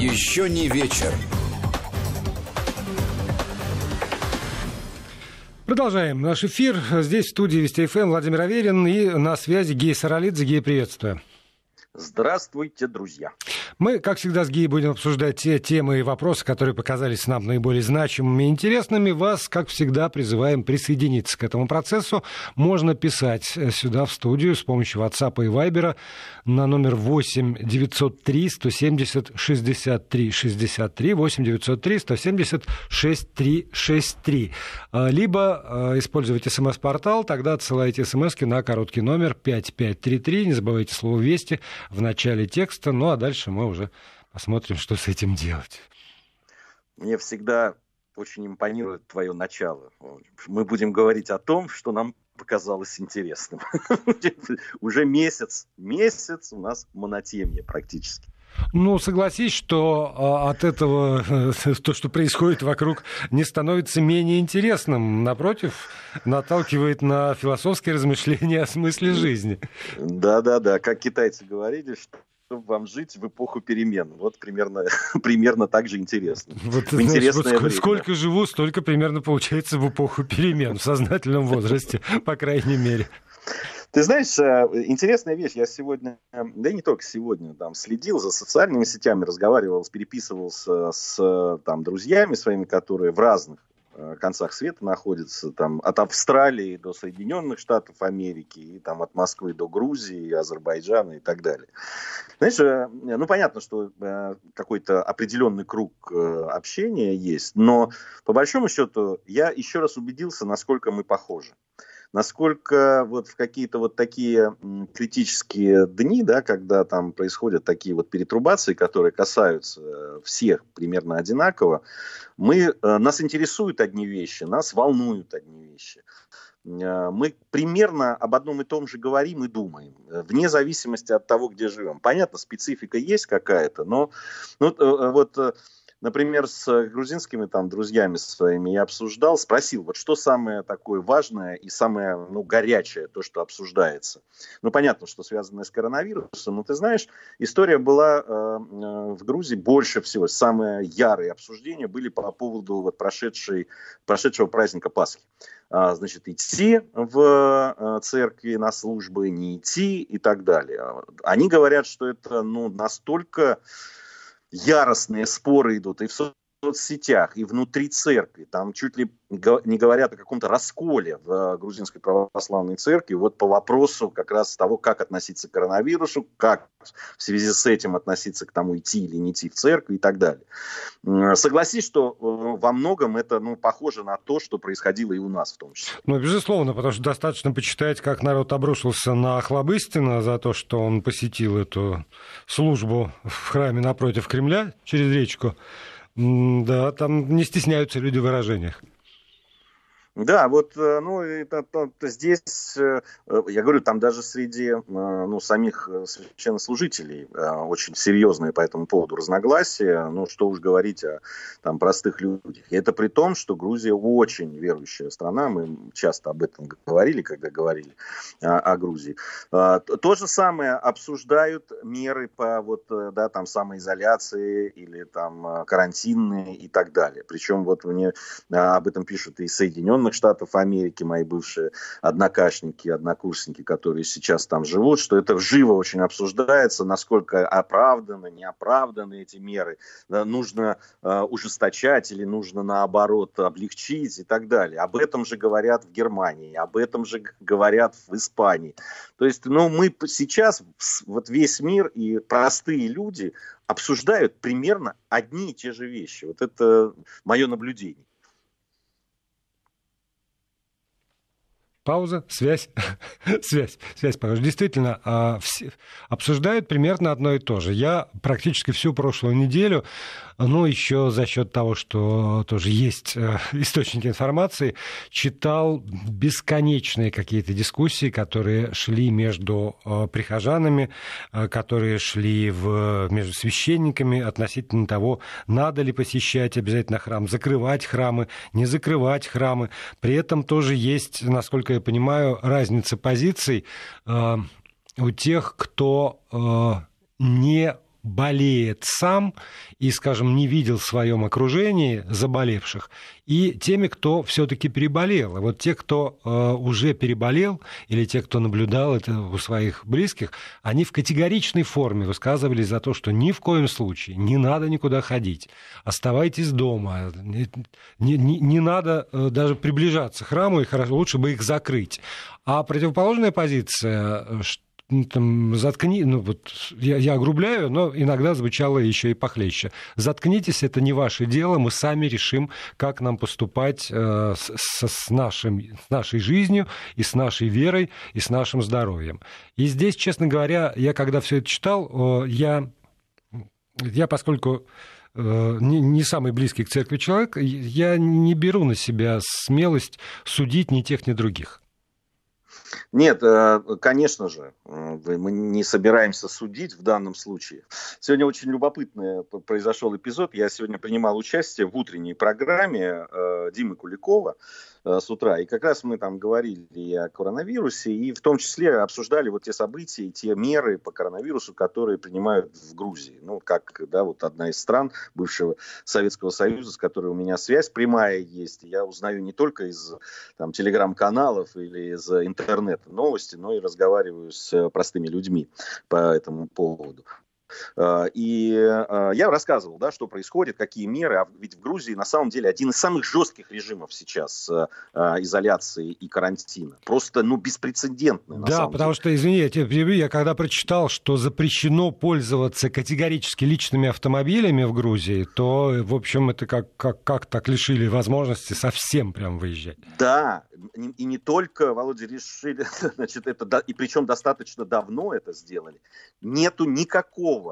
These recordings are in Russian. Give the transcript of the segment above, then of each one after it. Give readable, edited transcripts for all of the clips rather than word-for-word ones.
Еще не вечер. Продолжаем наш эфир. Здесь в студии Вести ФМ Владимир Аверин и на связи Гея Саралидзе. Гея, приветствую. Здравствуйте, друзья. Мы, как всегда, с Геей будем обсуждать те темы и вопросы, которые показались нам наиболее значимыми и интересными. Вас, как всегда, призываем присоединиться к этому процессу. Можно писать сюда, в студию, с помощью WhatsApp и Viber на номер 8 903 170 63 63, 8 903 170 63 63. Либо используйте смс-портал, тогда отсылайте смски на короткий номер 5533. Не забывайте слово «Вести» в начале текста, ну а дальше мы уже посмотрим, что с этим делать. Мне всегда очень импонирует твое начало. Мы будем говорить о том, что нам показалось интересным. Уже месяц у нас монотемье практически. Ну, согласись, что от этого то, что происходит вокруг, не становится менее интересным. Напротив, наталкивает на философские размышления о смысле жизни. Да. Как китайцы говорили, чтобы вам жить в эпоху перемен. Вот примерно так же интересно. Вот, знаешь, сколько живу, столько примерно получается в эпоху перемен, в сознательном возрасте, по крайней мере. Ты знаешь, интересная вещь. Я сегодня, да и не только сегодня, следил за социальными сетями, разговаривал, переписывался с друзьями своими, которые в разных концах света находятся, от Австралии до Соединенных Штатов Америки, и от Москвы до Грузии, Азербайджана и так далее. Знаешь, понятно, что какой-то определенный круг общения есть, но по большому счету я еще раз убедился, насколько мы похожи. Насколько в какие-то такие критические дни, когда там происходят такие перетрубации, которые касаются всех примерно одинаково, нас интересуют одни вещи, нас волнуют одни вещи. Мы примерно об одном и том же говорим и думаем, вне зависимости от того, где живем. Понятно, специфика есть какая-то, но например, с грузинскими друзьями своими я обсуждал, спросил, что самое такое важное и самое горячее, то, что обсуждается. Понятно, что связанное с коронавирусом, но ты знаешь, история была в Грузии больше всего, самые ярые обсуждения были по поводу прошедшего праздника Пасхи. Значит, идти в церкви на службы, не идти и так далее. Они говорят, что это настолько яростные споры идут и в соцсетях, и внутри церкви. Там чуть ли не говорят о каком-то расколе в грузинской православной церкви по вопросу как раз того, как относиться к коронавирусу, как в связи с этим относиться к тому, идти или не идти в церковь и так далее. Согласись, что во многом это похоже на то, что происходило и у нас в том числе. Безусловно, потому что достаточно почитать, как народ обрушился на Охлобыстина за то, что он посетил эту службу в храме напротив Кремля через речку. Да, там не стесняются люди в выражениях. Да, здесь, я говорю, там даже среди самих священнослужителей очень серьезные по этому поводу разногласия, что уж говорить о простых людях. И это при том, что Грузия очень верующая страна, мы часто об этом говорили, когда говорили о Грузии. То же самое обсуждают меры по самоизоляции или карантинные и так далее. Причем мне об этом пишут и Соединенных Штатов Америки, мои бывшие однокашники, однокурсники, которые сейчас там живут, что это живо очень обсуждается, насколько оправданы, не оправданы эти меры, нужно ужесточать или нужно наоборот облегчить и так далее. Об этом же говорят в Германии, об этом же говорят в Испании. То есть, мы сейчас, весь мир и простые люди обсуждают примерно одни и те же вещи. Это мое наблюдение. Пауза, связь, пожалуйста. Действительно, все обсуждают примерно одно и то же. Я практически всю прошлую неделю, еще за счет того, что тоже есть источники информации, читал бесконечные какие-то дискуссии, которые шли между прихожанами, которые шли между священниками относительно того, надо ли посещать обязательно храм, закрывать храмы, не закрывать храмы. При этом тоже есть, насколько я понимаю, разница позиций у тех, кто не болеет сам и, скажем, не видел в своем окружении заболевших, и теми, кто все-таки переболел. И вот те, кто уже переболел, или те, кто наблюдал это у своих близких, они в категоричной форме высказывались за то, что ни в коем случае не надо никуда ходить, оставайтесь дома, не надо даже приближаться к храму, и лучше бы их закрыть. А противоположная позиция, там, я огрубляю, но иногда звучало еще и похлеще. Заткнитесь, это не ваше дело, мы сами решим, как нам поступать с нашей жизнью, и с нашей верой, и с нашим здоровьем. И здесь, честно говоря, я когда все это читал, я поскольку не самый близкий к церкви человек, я не беру на себя смелость судить ни тех, ни других. Нет, конечно же, мы не собираемся судить в данном случае. Сегодня очень любопытный произошел эпизод. Я сегодня принимал участие в утренней программе Димы Куликова с утра. И как раз мы там говорили и о коронавирусе, и в том числе обсуждали вот те события и те меры по коронавирусу, которые принимают в Грузии. Ну, как, да, вот одна из стран бывшего Советского Союза, с которой у меня связь прямая есть. Я узнаю не только из там телеграм-каналов или из интернета новости, но и разговариваю с простыми людьми по этому поводу. И я рассказывал, да, что происходит, какие меры. А ведь в Грузии на самом деле один из самых жестких режимов сейчас изоляции и карантина. Просто, беспрецедентный. Да, потому что, извини, я тебя перебью, я когда прочитал, что запрещено пользоваться категорически личными автомобилями в Грузии, то, в общем, это как так лишили возможности совсем прям выезжать. Да, и не только, Володя, решили, значит, это, и причем достаточно давно это сделали. Нету никакого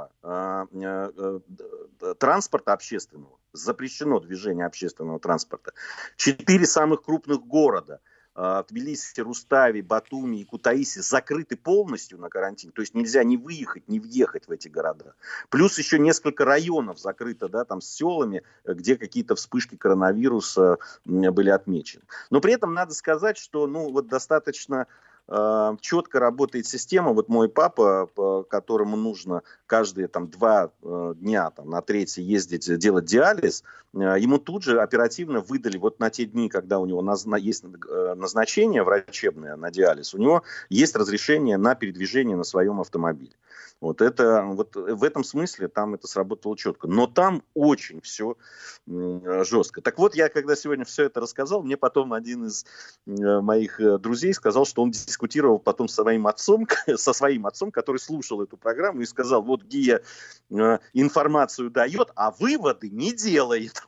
транспорта общественного. Запрещено движение общественного транспорта. 4 самых крупных города Тбилиси, Рустави, Батуми и Кутаиси закрыты полностью на карантин. То есть нельзя ни выехать, ни въехать в эти города. Плюс еще несколько районов закрыто, да, там с селами, где какие-то вспышки коронавируса были отмечены. Но при этом надо сказать, что достаточно четко работает система. Вот мой папа, по которому нужно каждые 2 дня на 3 ездить делать диализ, ему тут же оперативно выдали вот на те дни, когда у него есть назначение врачебное на диализ, у него есть разрешение на передвижение на своем автомобиле. Вот в этом смысле там это сработало четко. Но там очень все жестко. Так вот, я когда сегодня все это рассказал, мне потом один из моих друзей сказал, что он дискутировал потом со своим отцом, который слушал эту программу и сказал: вот Гия информацию дает, а выводы не делает.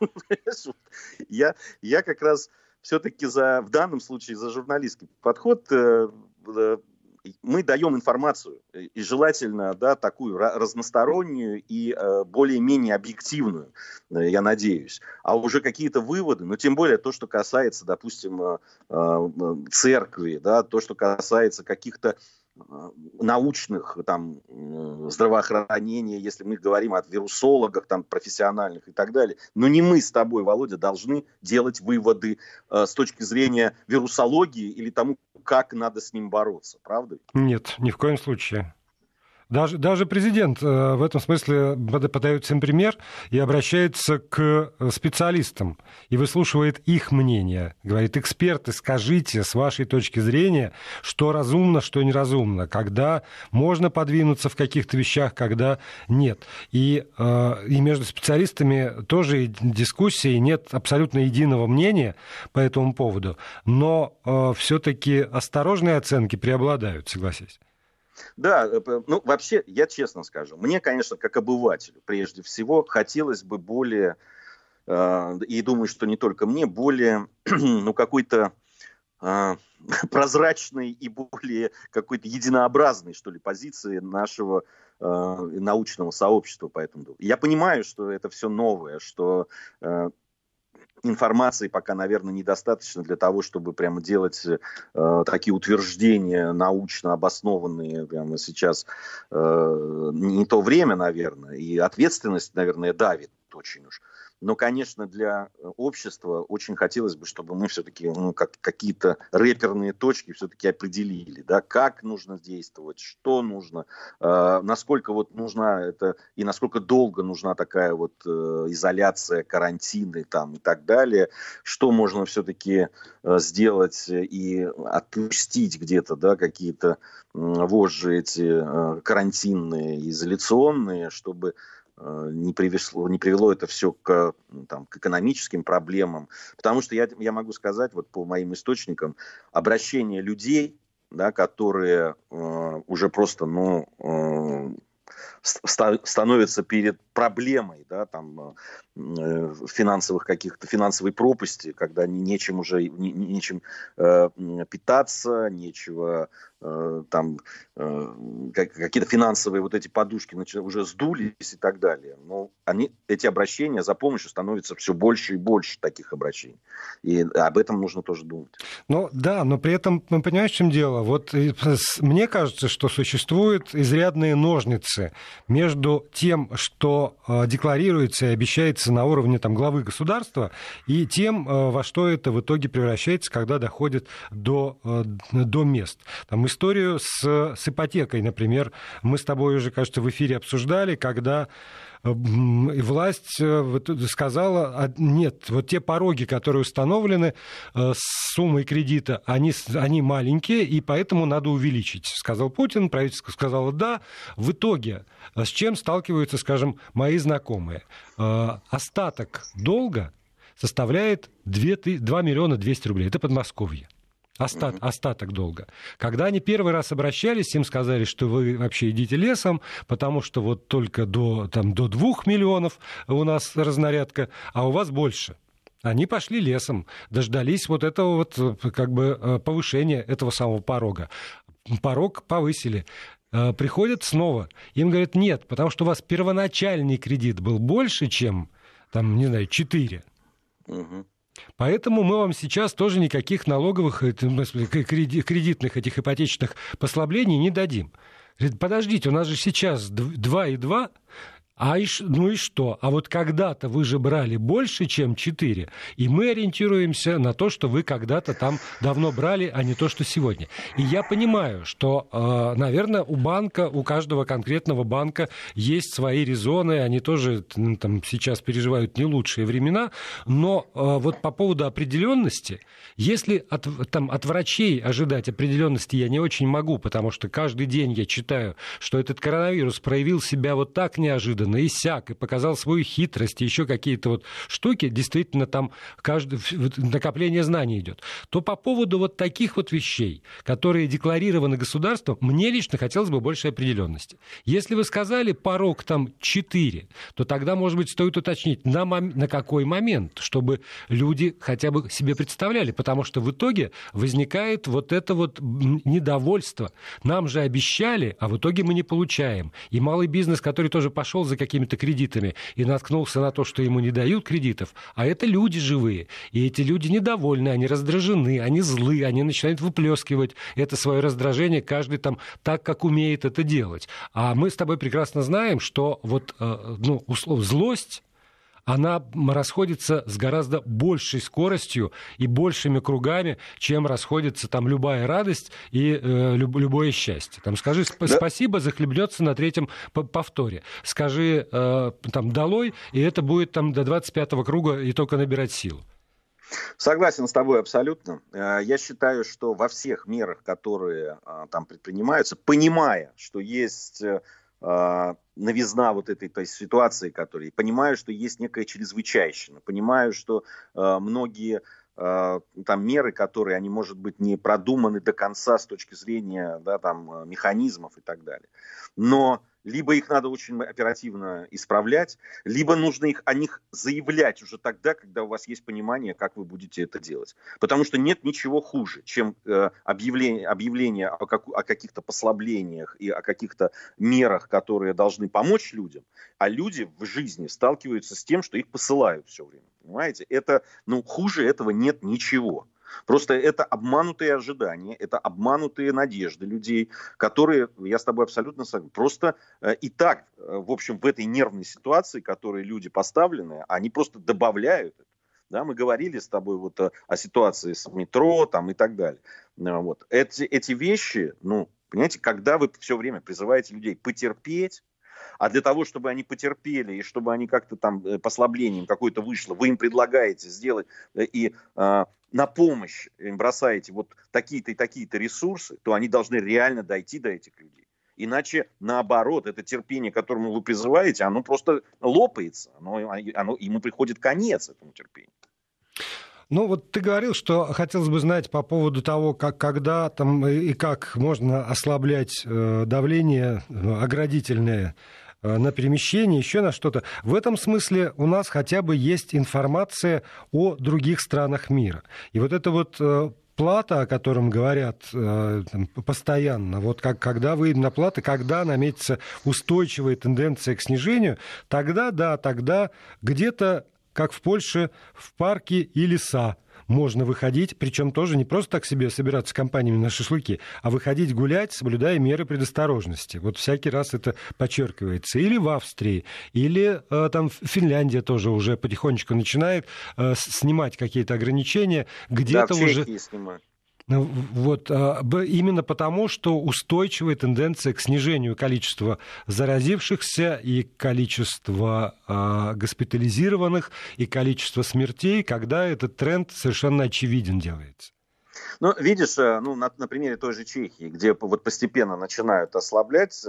Я как раз все-таки в данном случае за журналистский подход. Мы даем информацию, и желательно, да, такую разностороннюю и более-менее объективную, я надеюсь. А уже какие-то выводы, тем более то, что касается, допустим, церкви, да, то, что касается каких-то научных здравоохранения, если мы говорим о вирусологах профессиональных и так далее. Но не мы с тобой, Володя, должны делать выводы с точки зрения вирусологии или тому, как надо с ним бороться, правда? Нет, ни в коем случае. Даже президент в этом смысле подает всем пример и обращается к специалистам и выслушивает их мнение. Говорит: эксперты, скажите с вашей точки зрения, что разумно, что неразумно, когда можно подвинуться в каких-то вещах, когда нет. И между специалистами тоже дискуссии, нет абсолютно единого мнения по этому поводу, но все-таки осторожные оценки преобладают, согласись. Да, вообще, я честно скажу, мне, конечно, как обывателю, прежде всего, хотелось бы более, и думаю, что не только мне, более, какой-то прозрачной и более какой-то единообразной, что ли, позиции нашего научного сообщества по этому поводу. Я понимаю, что это все новое, что информации пока, наверное, недостаточно для того, чтобы прямо делать такие утверждения научно обоснованные прямо сейчас. Не то время, наверное, и ответственность, наверное, давит очень уж. Но, конечно, для общества очень хотелось бы, чтобы мы все-таки какие-то реперные точки все-таки определили, да, как нужно действовать, что нужно, насколько вот нужна это и насколько долго нужна такая вот изоляция, карантины там и так далее, что можно все-таки сделать и отпустить где-то, да, какие-то вожжи эти карантинные, изоляционные, чтобы не привело это все к экономическим проблемам. Потому что я могу сказать, вот по моим источникам, обращение людей, да, которые уже просто становятся перед проблемой, да, там, финансовой пропасти, когда нечем питаться, нечего там какие-то финансовые вот эти подушки уже сдулись и так далее. Но эти обращения за помощью становятся все больше и больше таких обращений. И об этом нужно тоже думать. Ну да, но при этом, понимаешь, в чем дело? Вот мне кажется, что существуют изрядные ножницы между тем, что декларируется и обещается на уровне там, главы государства, и тем, во что это в итоге превращается, когда доходит до мест. Там историю с ипотекой, например, мы с тобой уже, кажется, в эфире обсуждали, когда власть сказала, нет, вот те пороги, которые установлены с суммой кредита, они маленькие, и поэтому надо увеличить, сказал Путин, правительство сказало да. В итоге с чем сталкиваются, скажем, мои знакомые? Остаток долга составляет 2 миллиона 200 рублей, это Подмосковье. Остаток долга. Когда они первый раз обращались, им сказали, что вы вообще идите лесом, потому что вот только до 2 миллионов у нас разнарядка, а у вас больше. Они пошли лесом, дождались вот этого вот как бы повышения этого самого порога. Порог повысили. Приходят снова. Им говорят, нет, потому что у вас первоначальный кредит был больше, чем, там, не знаю, 4. Поэтому мы вам сейчас тоже никаких налоговых, кредитных этих ипотечных послаблений не дадим. Говорит, подождите, у нас же сейчас 2,2, ну и что? А вот когда-то вы же брали больше, чем 4, и мы ориентируемся на то, что вы когда-то там давно брали, а не то, что сегодня. И я понимаю, что, наверное, у каждого конкретного банка есть свои резоны, они тоже там, сейчас переживают не лучшие времена, но вот по поводу определенности, если от врачей ожидать определенности я не очень могу, потому что каждый день я читаю, что этот коронавирус проявил себя вот так неожиданно, и сяк, и показал свою хитрость, и еще какие-то вот штуки, действительно там накопление знаний идет, то по поводу вот таких вот вещей, которые декларированы государством, мне лично хотелось бы большей определенности. Если вы сказали порог там 4, то тогда, может быть, стоит уточнить, на какой момент, чтобы люди хотя бы себе представляли, потому что в итоге возникает вот это вот недовольство. Нам же обещали, а в итоге мы не получаем. И малый бизнес, который тоже пошел за какими-то кредитами и наткнулся на то, что ему не дают кредитов, а это люди живые. И эти люди недовольны, они раздражены, они злы, они начинают выплескивать это свое раздражение, каждый там так, как умеет это делать. А мы с тобой прекрасно знаем, что вот, злость, она расходится с гораздо большей скоростью и большими кругами, чем расходится там любая радость и любое счастье. Там, скажи спасибо, захлебнется на 3-м повторе. Скажи там долой, и это будет там до 25-го круга и только набирать силу. Согласен с тобой абсолютно. Я считаю, что во всех мерах, которые там предпринимаются, понимая, что есть новизна вот этой ситуации, которая, понимаю, что есть некая чрезвычайщина, понимаю, что многие там меры, которые, они, может быть, не продуманы до конца с точки зрения, да, там, механизмов и так далее. Но либо их надо очень оперативно исправлять, либо нужно о них заявлять уже тогда, когда у вас есть понимание, как вы будете это делать. Потому что нет ничего хуже, чем объявление о каких-то послаблениях и о каких-то мерах, которые должны помочь людям, а люди в жизни сталкиваются с тем, что их посылают все время. Понимаете? Хуже этого нет ничего. Просто это обманутые ожидания, это обманутые надежды людей, которые, я с тобой абсолютно согласен, просто и так, в общем, в этой нервной ситуации, в которой люди поставлены, они просто добавляют это. Да, мы говорили с тобой вот о ситуации с метро там, и так далее. Вот. Эти вещи, ну, понимаете, когда вы все время призываете людей потерпеть, а для того, чтобы они потерпели и чтобы они как-то там послаблением какое-то вышло, вы им предлагаете сделать и на помощь им бросаете вот такие-то и такие-то ресурсы, то они должны реально дойти до этих людей. Иначе, наоборот, это терпение, к которому вы призываете, оно просто лопается, ему приходит конец этому терпению. Ну, вот ты говорил, что хотелось бы знать по поводу того, когда там и как можно ослаблять давление оградительное на перемещение, еще на что-то. В этом смысле у нас хотя бы есть информация о других странах мира. И вот это вот плата, о котором говорят постоянно, вот когда выйдем на платы, когда наметится устойчивая тенденция к снижению, тогда где-то, как в Польше, в парки и леса можно выходить, причем тоже не просто так себе собираться с компаниями на шашлыки, а выходить гулять, соблюдая меры предосторожности. Вот всякий раз это подчеркивается. Или в Австрии, или там Финляндия тоже уже потихонечку начинает снимать какие-то ограничения. Где-то да, в уже... Чехии снимают. Вот, именно потому, что устойчивая тенденция к снижению количества заразившихся и количества госпитализированных и количества смертей, когда этот тренд совершенно очевиден делается. Ну, видишь, на примере той же Чехии, где вот постепенно начинают ослаблять,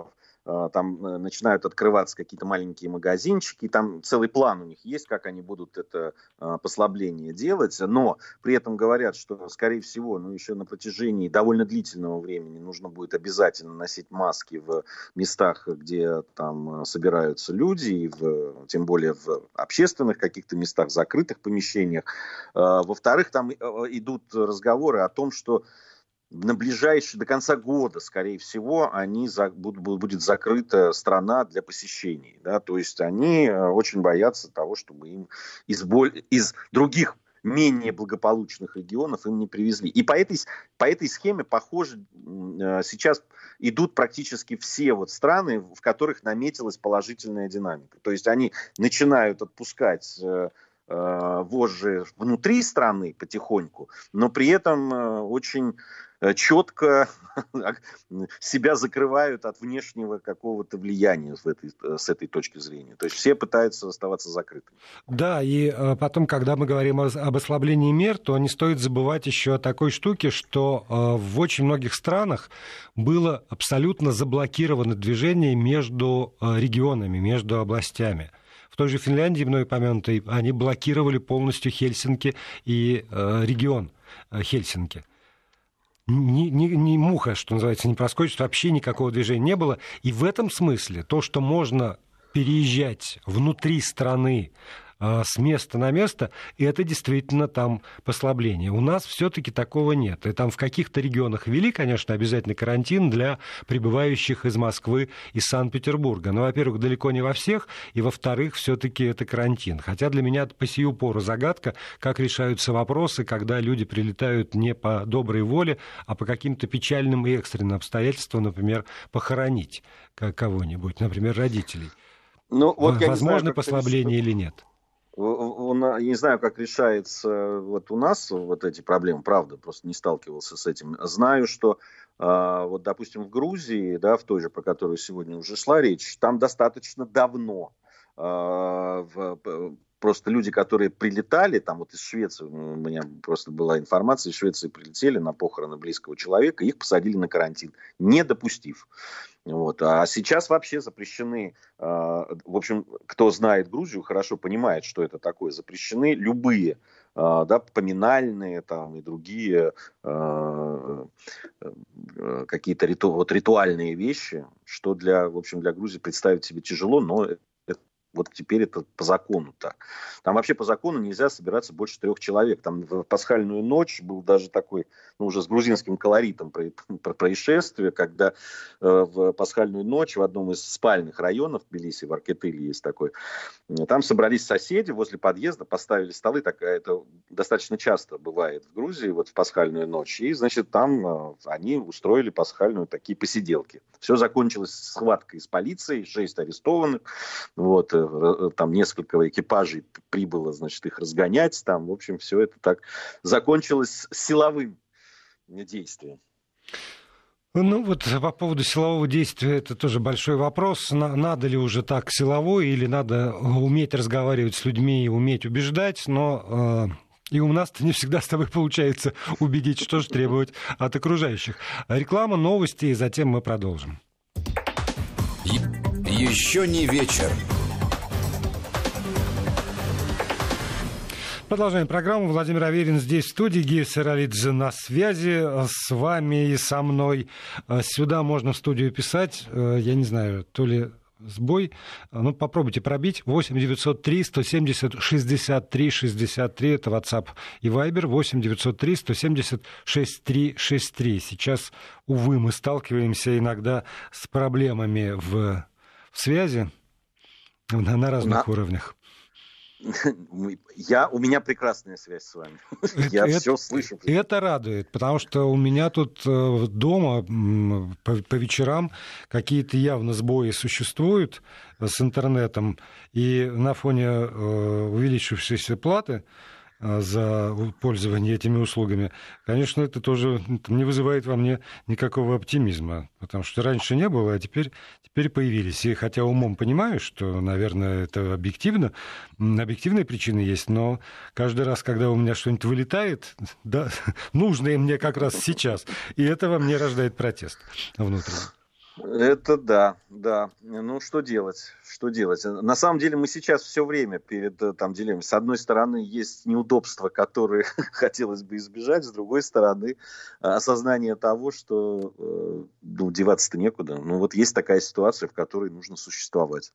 там начинают открываться какие-то маленькие магазинчики, там целый план у них есть, как они будут это послабление делать, но при этом говорят, что, скорее всего, еще на протяжении довольно длительного времени нужно будет обязательно носить маски в местах, где там собираются люди, и тем более в общественных каких-то местах, закрытых помещениях. Во-вторых, там идут разговоры о том, что до конца года, скорее всего, будет закрыта страна для посещений. Да? То есть они очень боятся того, чтобы им из других менее благополучных регионов им не привезли. И по этой схеме, похоже, сейчас идут практически все вот страны, в которых наметилась положительная динамика. То есть они начинают отпускать вожжи внутри страны потихоньку, но при этом очень четко себя закрывают от внешнего какого-то влияния с этой точки зрения. То есть все пытаются оставаться закрытыми. Да, и потом, когда мы говорим об ослаблении мер, то не стоит забывать еще о такой штуке, что в очень многих странах было абсолютно заблокировано движение между регионами, между областями. В той же Финляндии, мной упомянутой, они блокировали полностью Хельсинки и регион Хельсинки. Ни муха, что называется, не проскочит, вообще никакого движения не было. И в этом смысле то, что можно переезжать внутри страны с места на место, это действительно там послабление. У нас все-таки такого нет. И там в каких-то регионах ввели, конечно, обязательно карантин для прибывающих из Москвы и Санкт-Петербурга. Но, во-первых, далеко не во всех, и, во-вторых, все-таки это карантин. Хотя для меня по сию пору загадка, как решаются вопросы, когда люди прилетают не по доброй воле, а по каким-то печальным и экстренным обстоятельствам, например, похоронить кого-нибудь, например, родителей. Ну, вот возможно послабление или нет? Я не знаю, как решается вот у нас вот эти проблемы, правда, просто не сталкивался с этим. Знаю, что вот, допустим, в Грузии, да, в той же, про которую сегодня уже шла речь, там достаточно давно просто люди, которые прилетали, там вот из Швеции, у меня просто была информация, из Швеции прилетели на похороны близкого человека, их посадили на карантин, не допустив. Вот. А сейчас вообще запрещены, в общем, кто знает Грузию, хорошо понимает, что это такое, запрещены любые, да, поминальные там, и другие какие-то ритуальные вещи, что в общем, для Грузии представить себе тяжело, но Вот теперь это по закону так. Там вообще по закону нельзя собираться больше 3 человек. Там в пасхальную ночь был даже такой, уже с грузинским колоритом происшествие, когда в пасхальную ночь в одном из спальных районов Тбилиси, в Аркетыле есть такой, там собрались соседи возле подъезда, поставили столы, это достаточно часто бывает в Грузии, вот в пасхальную ночь, и, значит, там они устроили пасхальную такие посиделки. Все закончилось схваткой с полицией, 6 арестованных, вот, там несколько экипажей прибыло, значит, их разгонять, там, в общем, все это так закончилось силовым действием. Ну вот по поводу силового действия это тоже большой вопрос. Надо ли уже так силовой или надо уметь разговаривать с людьми и уметь убеждать, но и у нас-то не всегда с тобой получается убедить, что же требовать от окружающих. Реклама, новости, и затем мы продолжим. Еще не вечер. Продолжаем программу. Владимир Аверин здесь в студии, Гия Саралидзе на связи с вами и со мной. Сюда можно в студию писать, я не знаю, то ли сбой, ну попробуйте пробить. 8 903 170 63 63, это WhatsApp и Viber, 8 903 170 63 63. Сейчас, увы, мы сталкиваемся иногда с проблемами в связи на разных уровнях. У меня прекрасная связь с вами. Я все слышу. Это радует, потому что у меня тут дома по вечерам какие-то явно сбои существуют с интернетом, и на фоне увеличившейся платы за пользование этими услугами, конечно, это тоже не вызывает во мне никакого оптимизма, потому что раньше не было, а теперь появились. И хотя умом понимаю, что, наверное, это объективные причины есть, но каждый раз, когда у меня что-нибудь вылетает, да, нужное мне как раз сейчас, и это во мне рождает протест внутренний. Это да. Ну, что делать? На самом деле мы сейчас все время перед дилеммой. С одной стороны, есть неудобства, которые хотелось бы избежать, с другой стороны, осознание того, что деваться-то некуда. Ну, вот есть такая ситуация, в которой нужно существовать.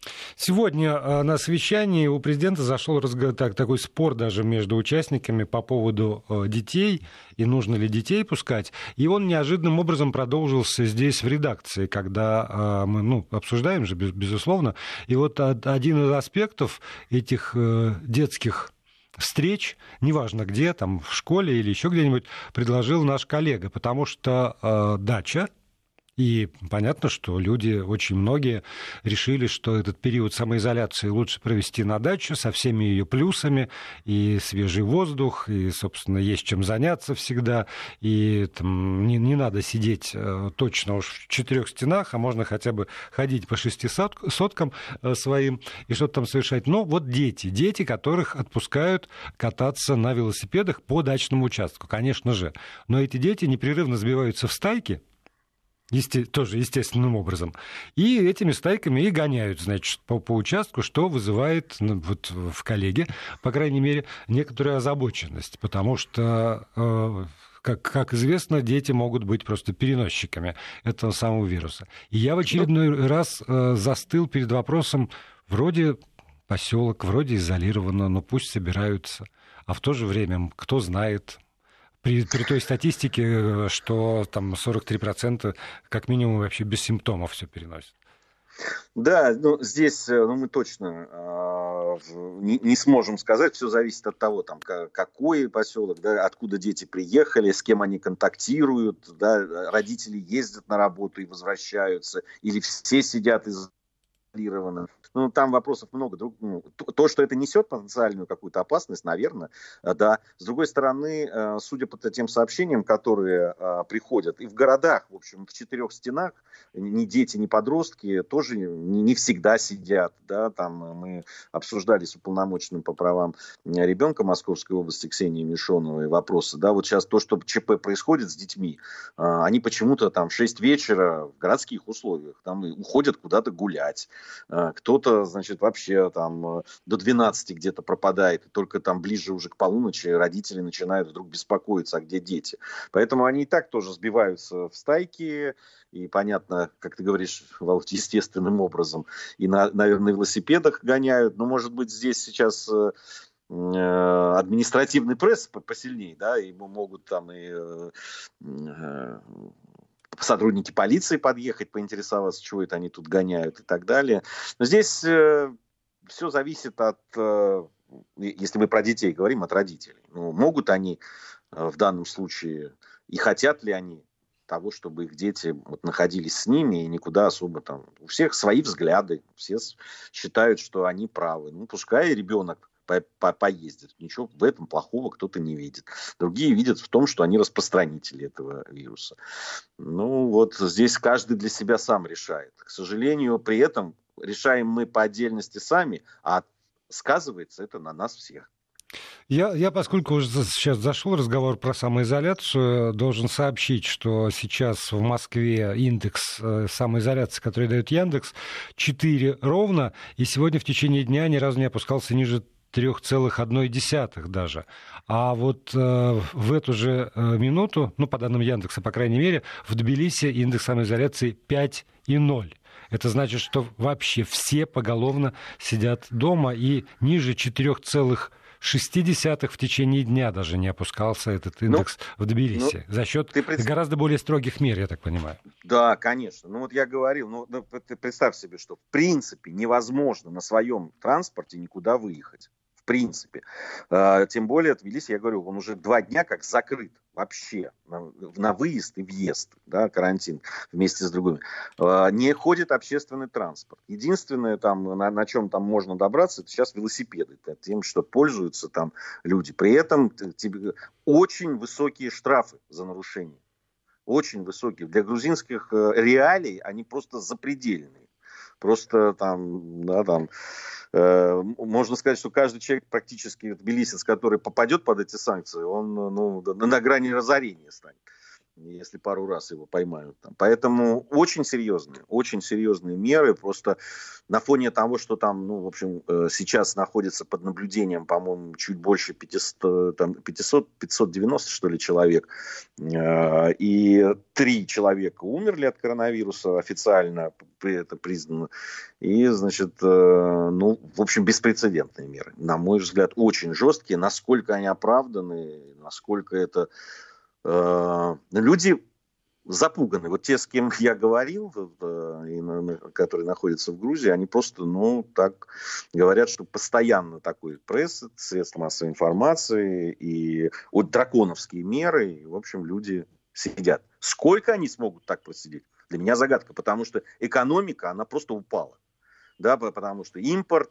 Сегодня на совещании у президента зашел такой спор даже между участниками по поводу детей и нужно ли детей пускать. И он неожиданным образом продолжился здесь в редакции, когда мы обсуждаем же, безусловно. И вот один из аспектов этих детских встреч, неважно где, там в школе или еще где-нибудь, предложил наш коллега, потому что дача. И понятно, что люди, очень многие, решили, что этот период самоизоляции лучше провести на даче со всеми ее плюсами, и свежий воздух, и, собственно, есть чем заняться всегда, и там, не надо сидеть точно уж в 4 стенах, а можно хотя бы ходить по 6 соткам своим и что-то там совершать. Но вот дети, которых отпускают кататься на велосипедах по дачному участку, конечно же. Но эти дети непрерывно сбиваются в стайки, тоже естественным образом. И этими стайками и гоняют, значит, по участку, что вызывает вот в коллеге, по крайней мере, некоторую озабоченность, потому что, как известно, дети могут быть просто переносчиками этого самого вируса. И я в очередной раз застыл перед вопросом, вроде поселок, вроде изолировано, но пусть собираются, а в то же время, кто знает... При той статистике, что там 43% как минимум вообще без симптомов все переносят. Да, здесь мы точно не сможем сказать. Все зависит от того, какой поселок, да, откуда дети приехали, с кем они контактируют, да, родители ездят на работу и возвращаются, или все сидят изолированно. Там вопросов много. То, что это несет потенциальную какую-то опасность, наверное, да. С другой стороны, судя по тем сообщениям, которые приходят, и в городах, в общем, в 4 стенах, ни дети, ни подростки тоже не всегда сидят, да. Там мы обсуждали с уполномоченным по правам ребенка Московской области Ксенией Мишоновой вопросы, да. Вот сейчас то, что ЧП происходит с детьми, они почему-то там в 6 вечера в городских условиях там уходят куда-то гулять, кто-то кто-то, значит, вообще там до 12 где-то пропадает, и только там ближе уже к полуночи родители начинают вдруг беспокоиться, а где дети. Поэтому они и так тоже сбиваются в стайки, и, понятно, как ты говоришь, Володь, естественным образом, и, наверное, на велосипедах гоняют. Но, может быть, здесь сейчас административный пресс посильнее, да, и могут там и сотрудники полиции подъехать, поинтересоваться, чего это они тут гоняют и так далее. Но здесь все зависит от, если мы про детей говорим, от родителей. Ну, могут они в данном случае и хотят ли они того, чтобы их дети вот находились с ними и никуда особо там... У всех свои взгляды, все считают, что они правы. Ну, пускай ребенок поездит. Ничего в этом плохого кто-то не видит. Другие видят в том, что они распространители этого вируса. Ну, вот здесь каждый для себя сам решает. К сожалению, при этом решаем мы по отдельности сами, а сказывается это на нас всех. Я, поскольку уже сейчас зашел разговор про самоизоляцию, должен сообщить, что сейчас в Москве индекс самоизоляции, который дает Яндекс, 4 ровно, и сегодня в течение дня ни разу не опускался ниже 3,1 даже. А вот в эту же минуту, ну, по данным Яндекса, по крайней мере, в Тбилиси индекс самоизоляции 5,0. Это значит, что вообще все поголовно сидят дома, и ниже 4,6 в течение дня даже не опускался этот индекс в Тбилиси. За счет гораздо более строгих мер, я так понимаю. Да, конечно. Ну вот я говорил, ты представь себе, что в принципе невозможно на своем транспорте никуда выехать. В принципе. Тем более Тбилиси, я говорю, он уже 2 дня как закрыт вообще на выезд и въезд, да, карантин вместе с другими. Не ходит общественный транспорт. Единственное, там, на чем там можно добраться, это сейчас велосипеды. Тем, что пользуются там люди. При этом очень высокие штрафы за нарушение. Очень высокие. Для грузинских реалий они просто запредельные. Просто там, да, там... Можно сказать, что каждый человек практически тбилисец, который попадет под эти санкции, он на грани разорения станет, если пару раз его поймают. Поэтому очень серьезные меры. Просто на фоне того, что там, в общем, сейчас находится под наблюдением, по-моему, чуть больше 590, что ли, человек. И 3 человека умерли от коронавируса, официально это признано. И, значит, в общем, беспрецедентные меры. На мой взгляд, очень жесткие. Насколько они оправданы, насколько это... Люди запуганы. Вот те, с кем я говорил, которые находятся в Грузии, они просто, так говорят, что постоянно такой пресс, средства массовой информации и драконовские меры. И, в общем, люди сидят. Сколько они смогут так просидеть? Для меня загадка, потому что экономика, она просто упала. Да, потому что импорт,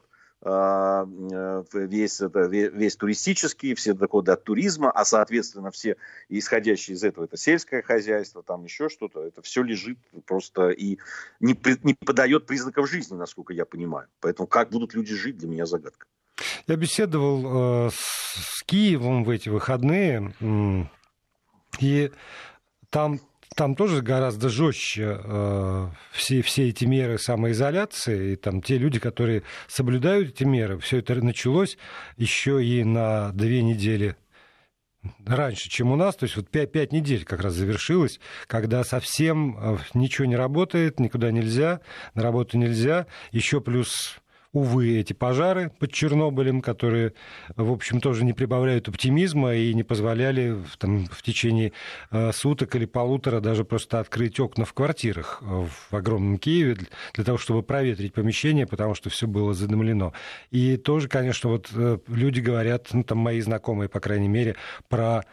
весь туристический, все доходы от туризма, а соответственно все исходящие из этого, это сельское хозяйство, там еще что-то, это все лежит просто и не подает признаков жизни, насколько я понимаю. Поэтому как будут люди жить, для меня загадка. Я беседовал с Киевом в эти выходные, и там тоже гораздо жестче все эти меры самоизоляции. И там те люди, которые соблюдают эти меры, все это началось еще и на 2 недели раньше, чем у нас. То есть вот 5 недель как раз завершилось, когда совсем ничего не работает, никуда нельзя, на работу нельзя. Еще плюс... Увы, эти пожары под Чернобылем, которые, в общем, тоже не прибавляют оптимизма и не позволяли в течение суток или полутора даже просто открыть окна в квартирах в огромном Киеве для того, чтобы проветрить помещение, потому что все было задымлено. И тоже, конечно, вот люди говорят, мои знакомые, по крайней мере, про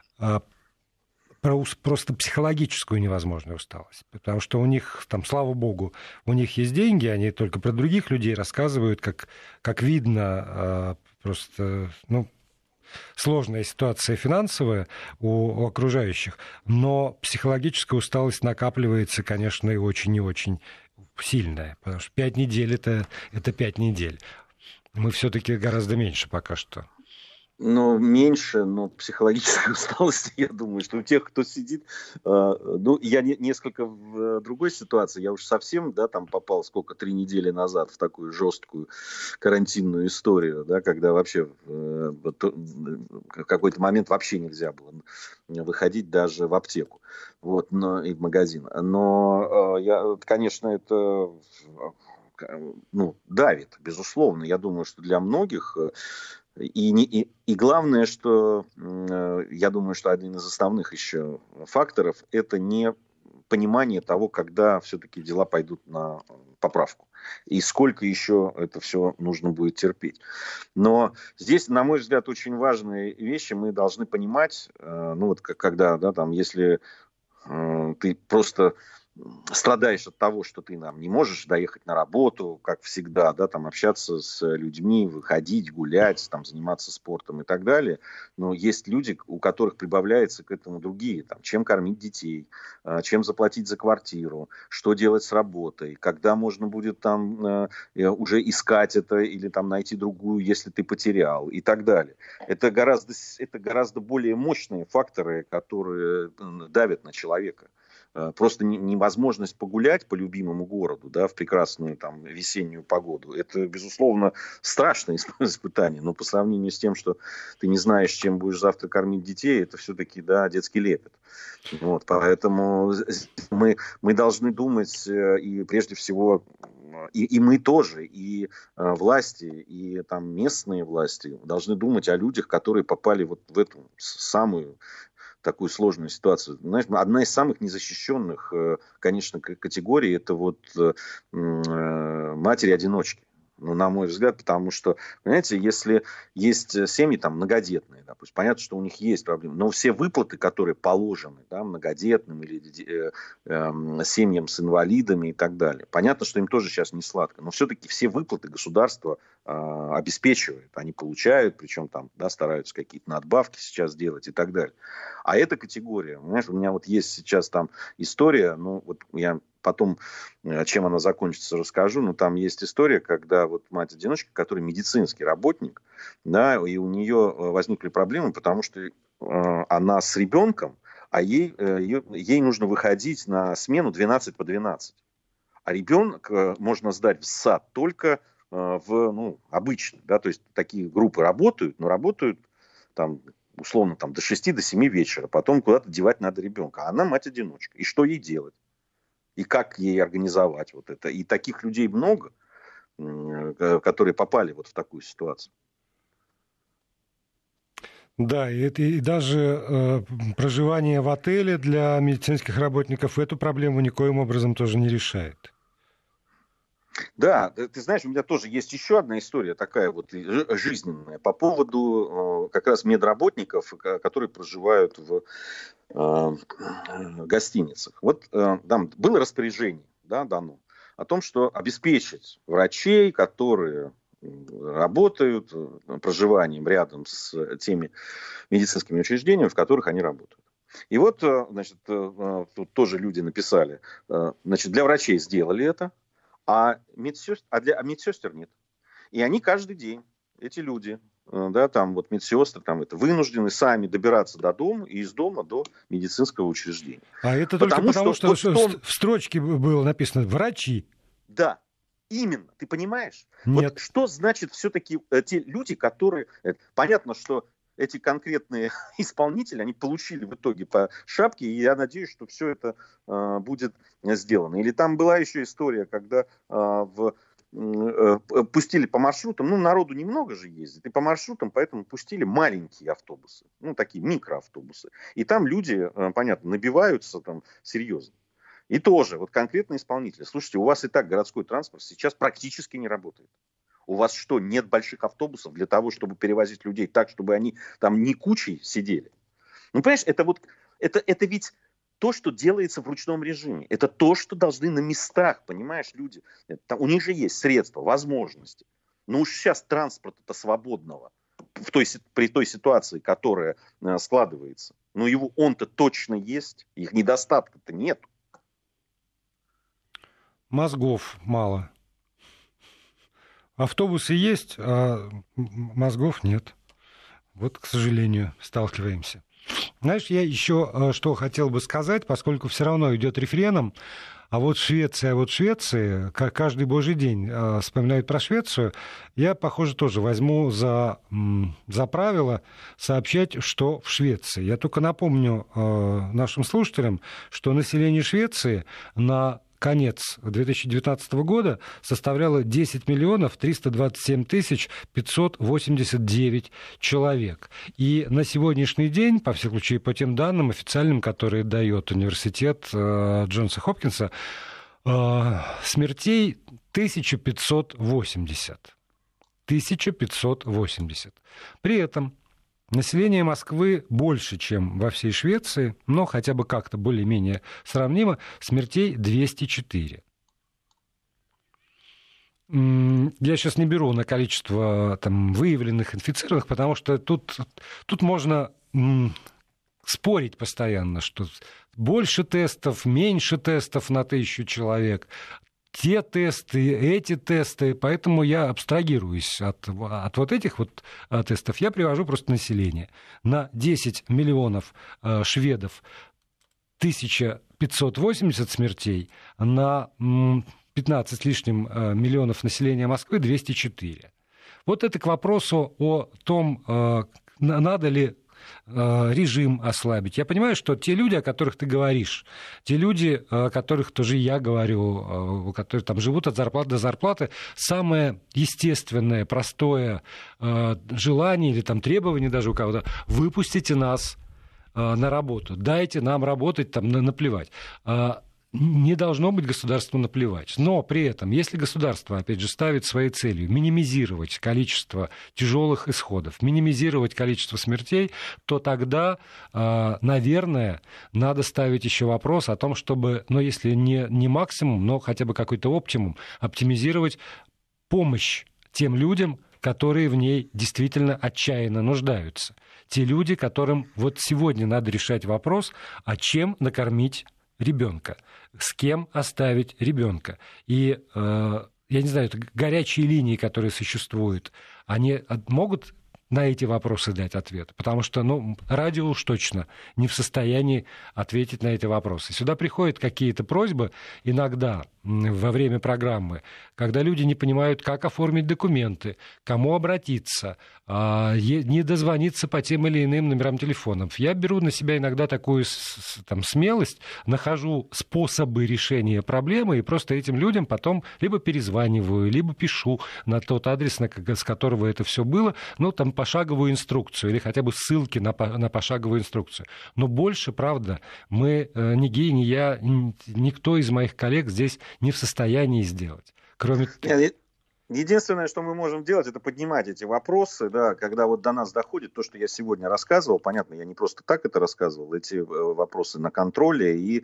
просто психологическую невозможную усталость. Потому что у них, слава богу, у них есть деньги, они только про других людей рассказывают, как видно, просто, сложная ситуация финансовая у окружающих, но психологическая усталость накапливается, конечно, и очень сильная, потому что 5 недель это 5 недель. Мы все-таки гораздо меньше пока что. Но меньше, но психологической усталости, я думаю, что у тех, кто сидит, ну, я несколько в другой ситуации, я уж совсем, да, там попал, сколько, 3 недели назад в такую жесткую карантинную историю, да, когда вообще в какой-то момент вообще нельзя было выходить даже в аптеку, вот, но, и в магазин. Но, конечно, это ну, давит, безусловно. Я думаю, что для многих и главное, что я думаю, что один из основных еще факторов – это не понимание того, когда все-таки дела пойдут на поправку. И сколько еще это все нужно будет терпеть. Но здесь, на мой взгляд, очень важные вещи мы должны понимать. Ну вот когда, да, там, если ты просто страдаешь от того, что ты не можешь доехать на работу, как всегда, да, там общаться с людьми, выходить, гулять, там, заниматься спортом и так далее. Но есть люди, у которых прибавляются к этому другие, там, чем кормить детей, чем заплатить за квартиру, что делать с работой, когда можно будет там уже искать это или там найти другую, если ты потерял и так далее. Это гораздо более мощные факторы, которые давят на человека. Просто невозможность погулять по любимому городу, да, в прекрасную там весеннюю погоду, это, безусловно, страшное испытание, но по сравнению с тем, что ты не знаешь, чем будешь завтра кормить детей, это все-таки, да, детский лепет. Вот, поэтому мы должны думать, и прежде всего, и мы тоже, и власти, и там местные власти должны думать о людях, которые попали вот в эту самую такую сложную ситуацию. Знаешь, одна из самых незащищенных, конечно, категорий – это вот матери-одиночки. Ну, на мой взгляд, потому что, понимаете, если есть семьи там многодетные, допустим, понятно, что у них есть проблемы, но все выплаты, которые положены, да, многодетным или семьям с инвалидами и так далее, понятно, что им тоже сейчас не сладко, но все-таки все выплаты государство обеспечивает, они получают, причем там, да, стараются какие-то надбавки сейчас делать и так далее. А эта категория, понимаешь, у меня вот есть сейчас там история, ну, вот я потом, чем она закончится, расскажу. Но там есть история, когда вот мать-одиночка, которая медицинский работник, да, и у нее возникли проблемы, потому что она с ребенком, а ей нужно выходить на смену 12 по 12. А ребенок можно сдать в сад только обычно. Да, то есть такие группы работают, но работают там условно там, до 6 до 7 вечера. Потом куда-то девать надо ребенка. А она мать-одиночка. И что ей делать? И как ей организовать вот это. И таких людей много, которые попали вот в такую ситуацию. Да, и даже проживание в отеле для медицинских работников эту проблему никоим образом тоже не решает. Да, ты знаешь, у меня тоже есть еще одна история такая вот жизненная по поводу как раз медработников, которые проживают в гостиницах. Вот там было распоряжение, да, дано о том, что обеспечить врачей, которые работают проживанием рядом с теми медицинскими учреждениями, в которых они работают. И вот, значит, тут тоже люди написали, значит, для врачей сделали это, а медсестер нет. И они каждый день, эти люди, да, там вот медсестры, там это, вынуждены сами добираться до дома и из дома до медицинского учреждения. А это только потому, что в строчке было написано «врачи». Да, именно, ты понимаешь? Нет. Вот что значит все-таки те люди, которые... Понятно, что эти конкретные исполнители, они получили в итоге по шапке, и я надеюсь, что все это будет сделано. Или там была еще история, когда пустили по маршрутам, ну, народу немного же ездит, и по маршрутам, поэтому пустили маленькие автобусы, ну, такие микроавтобусы. И там люди, понятно, набиваются там серьезно. И тоже, вот конкретные исполнители. Слушайте, у вас и так городской транспорт сейчас практически не работает. У вас что, нет больших автобусов для того, чтобы перевозить людей так, чтобы они там не кучей сидели? Ну, понимаешь, это ведь то, что делается в ручном режиме. Это то, что должны на местах, понимаешь, люди. У них же есть средства, возможности. Но уж сейчас транспорта-то свободного при той ситуации, которая складывается. Но он-то точно есть, их недостатка-то нет. Мозгов мало. Автобусы есть, а мозгов нет. Вот, к сожалению, сталкиваемся. Знаешь, я еще что хотел бы сказать, поскольку все равно идет рефреном, а вот Швеция, как каждый божий день вспоминают про Швецию, я, похоже, тоже возьму за правило сообщать, что в Швеции. Я только напомню нашим слушателям, что население Швеции на конец 2019 года составляло 10 миллионов 327 тысяч 589 человек. И на сегодняшний день, по всякому случаю, по тем данным официальным, которые дает университет Джонса Хопкинса, смертей 1580. 1580. При этом население Москвы больше, чем во всей Швеции, но хотя бы как-то более-менее сравнимо, смертей 204. Я сейчас не беру на количество там, выявленных инфицированных, потому что тут можно спорить постоянно, что больше тестов, меньше тестов на 1000 человек. Те тесты, эти тесты, поэтому я абстрагируюсь от вот этих вот тестов. Я привожу просто население. На 10 миллионов шведов 1580 смертей, на 15 с лишним миллионов населения Москвы 204. Вот это к вопросу о том, надо ли режим ослабить. Я понимаю, что те люди, о которых ты говоришь, те люди, о которых тоже я говорю, которые там живут от зарплаты до зарплаты, самое естественное, простое желание или там требование даже у кого-то: выпустите нас на работу, дайте нам работать, там, наплевать. Не должно быть государству наплевать. Но при этом, если государство, опять же, ставит своей целью минимизировать количество тяжелых исходов, минимизировать количество смертей, то тогда, наверное, надо ставить еще вопрос о том, чтобы, ну, если не максимум, но хотя бы какой-то оптимизировать помощь тем людям, которые в ней действительно отчаянно нуждаются. Те люди, которым вот сегодня надо решать вопрос, а чем накормить ребенка, с кем оставить ребенка. И, я не знаю, это горячие линии, которые существуют, они могут на эти вопросы дать ответ, потому что, радио уж точно не в состоянии ответить на эти вопросы. Сюда приходят какие-то просьбы иногда во время программы, когда люди не понимают, как оформить документы, кому обратиться, не дозвониться по тем или иным номерам телефонов. Я беру на себя иногда такую смелость, нахожу способы решения проблемы и просто этим людям потом либо перезваниваю, либо пишу на тот адрес, с которого это все было, пошаговую инструкцию или хотя бы ссылки на пошаговую инструкцию. Но больше, правда, мы, ни Гей, ни я, никто из моих коллег здесь не в состоянии сделать. Кроме... Единственное, что мы можем делать, это поднимать эти вопросы, да, когда вот до нас доходит то, что я сегодня рассказывал. Понятно, я не просто так это рассказывал, эти вопросы на контроле, и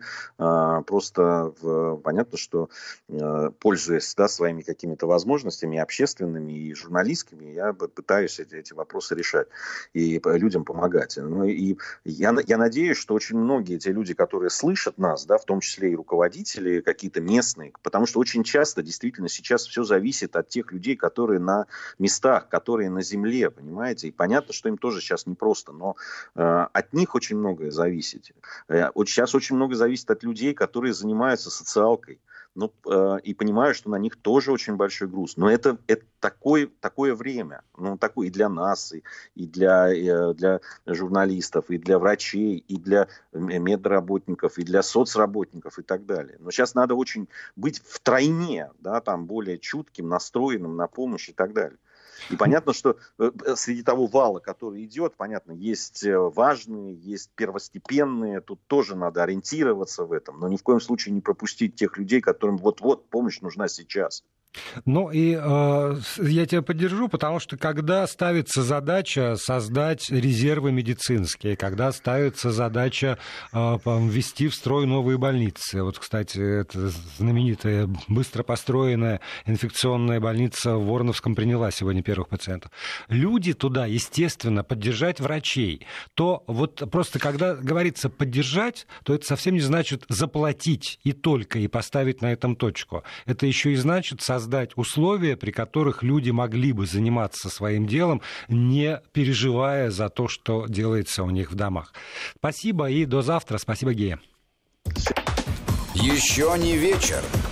понятно, что пользуясь своими какими-то возможностями общественными и журналистскими, я пытаюсь эти вопросы решать и людям помогать. Ну, и я надеюсь, что очень многие те люди, которые слышат нас, да, в том числе и руководители какие-то местные, потому что очень часто действительно сейчас все зависит от тех людей, которые на местах, которые на земле, понимаете? И понятно, что им тоже сейчас непросто, но от них очень многое зависит. Сейчас очень много зависит от людей, которые занимаются социалкой. И понимаю, что на них тоже очень большой груз. Но это такое время. Такое и для нас, и для журналистов, и для врачей, и для медработников, и для соцработников, и так далее. Но сейчас надо очень быть втройне, да, более чутким, настроенным на помощь и так далее. И понятно, что среди того вала, который идет, понятно, есть важные, есть первостепенные, тут тоже надо ориентироваться в этом, но ни в коем случае не пропустить тех людей, которым вот-вот помощь нужна сейчас. Я тебя поддержу, потому что когда ставится задача создать резервы медицинские, когда ставится задача ввести в строй новые больницы, вот, кстати, это знаменитая, быстро построенная инфекционная больница в Вороновском приняла сегодня первых пациентов. Люди туда, естественно, поддержать врачей, то вот просто когда говорится поддержать, то это совсем не значит заплатить и только, и поставить на этом точку. Это еще и значит создать создать условия, при которых люди могли бы заниматься своим делом, не переживая за то, что делается у них в домах. Спасибо и до завтра. Спасибо, Гея. Еще не вечер.